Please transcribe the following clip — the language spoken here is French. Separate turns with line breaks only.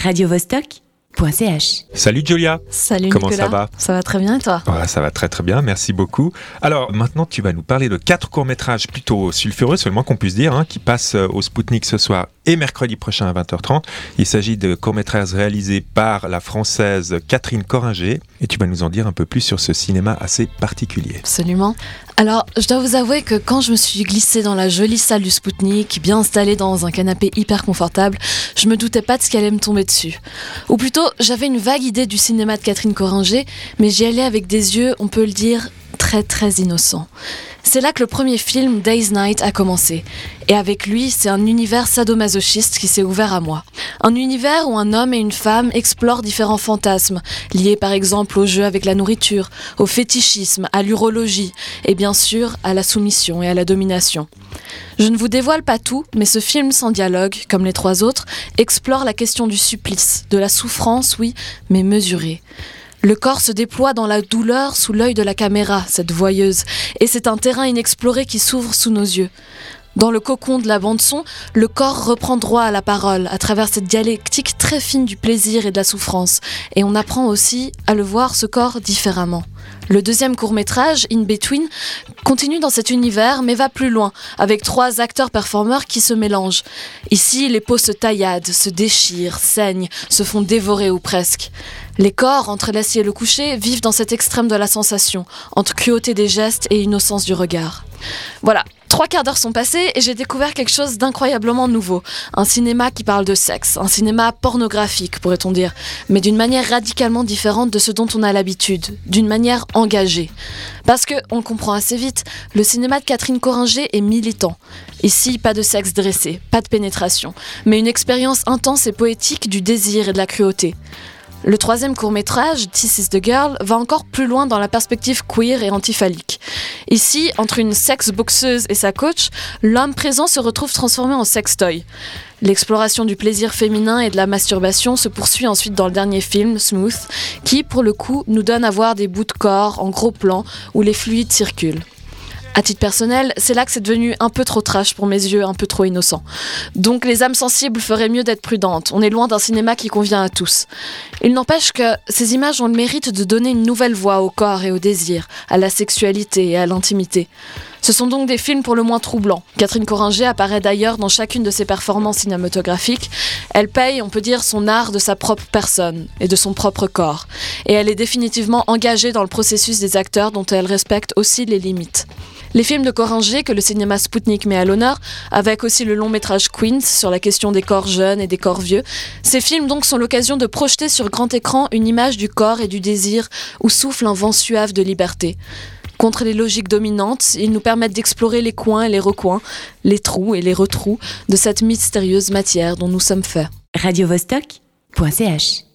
radiovostok.ch.
Salut Julia.
Salut
Comment
Nicolas.
ça va ?
Ça va très bien et toi ?
Ouais, ça va très très bien, merci beaucoup. Alors maintenant tu vas nous parler de 4 courts-métrages plutôt sulfureux, seulement qu'on puisse dire, qui passent au Spoutnik ce soir et mercredi prochain à 20h30. Il s'agit de courts-métrages réalisés par la française Catherine Coringer et tu vas nous en dire un peu plus sur ce cinéma assez particulier.
Absolument. Alors, je dois vous avouer que quand je me suis glissée dans la jolie salle du Spoutnik, bien installée dans un canapé hyper confortable, je me doutais pas de ce qui allait me tomber dessus. Ou plutôt, j'avais une vague idée du cinéma de Catherine Coringer, mais j'y allais avec des yeux, on peut le dire, très très innocents. C'est là que le premier film, Days Night, a commencé. Et avec lui, c'est un univers sadomasochiste qui s'est ouvert à moi. Un univers où un homme et une femme explorent différents fantasmes, liés par exemple au jeu avec la nourriture, au fétichisme, à l'urologie, et bien sûr à la soumission et à la domination. Je ne vous dévoile pas tout, mais ce film sans dialogue, comme les 3 autres, explore la question du supplice, de la souffrance, oui, mais mesurée. Le corps se déploie dans la douleur sous l'œil de la caméra, cette voyeuse, et c'est un terrain inexploré qui s'ouvre sous nos yeux. Dans le cocon de la bande-son, le corps reprend droit à la parole, à travers cette dialectique très fine du plaisir et de la souffrance, et on apprend aussi à le voir ce corps différemment. Le deuxième court-métrage, In Between, continue dans cet univers, mais va plus loin, avec 3 acteurs-performeurs qui se mélangent. Ici, les peaux se tailladent, se déchirent, saignent, se font dévorer ou presque. Les corps, entre l'assis et le coucher, vivent dans cet extrême de la sensation, entre cruauté des gestes et innocence du regard. Voilà, 3 quarts d'heure sont passés et j'ai découvert quelque chose d'incroyablement nouveau. Un cinéma qui parle de sexe, un cinéma pornographique, pourrait-on dire, mais d'une manière radicalement différente de ce dont on a l'habitude, d'une manière engagée. Parce que, on le comprend assez vite, le cinéma de Catherine Coringer est militant. Ici, pas de sexe dressé, pas de pénétration, mais une expérience intense et poétique du désir et de la cruauté. Le 3e court-métrage, This is the Girl, va encore plus loin dans la perspective queer et antiphalique. Ici, entre une sex-boxeuse et sa coach, l'homme présent se retrouve transformé en sextoy. L'exploration du plaisir féminin et de la masturbation se poursuit ensuite dans le dernier film, Smooth, qui, pour le coup, nous donne à voir des bouts de corps en gros plan où les fluides circulent. À titre personnel, c'est là que c'est devenu un peu trop trash pour mes yeux, un peu trop innocent. Donc les âmes sensibles feraient mieux d'être prudentes. On est loin d'un cinéma qui convient à tous. Il n'empêche que ces images ont le mérite de donner une nouvelle voix au corps et au désir, à la sexualité et à l'intimité. Ce sont donc des films pour le moins troublants. Catherine Coringer apparaît d'ailleurs dans chacune de ses performances cinématographiques. Elle paye, on peut dire, son art de sa propre personne et de son propre corps. Et elle est définitivement engagée dans le processus des acteurs dont elle respecte aussi les limites. Les films de Coringer que le cinéma Spoutnik met à l'honneur, avec aussi le long-métrage Queens sur la question des corps jeunes et des corps vieux, ces films donc sont l'occasion de projeter sur grand écran une image du corps et du désir où souffle un vent suave de liberté. Contre les logiques dominantes, ils nous permettent d'explorer les coins et les recoins, les trous et les retrous de cette mystérieuse matière dont nous sommes faits.
radiovostok.ch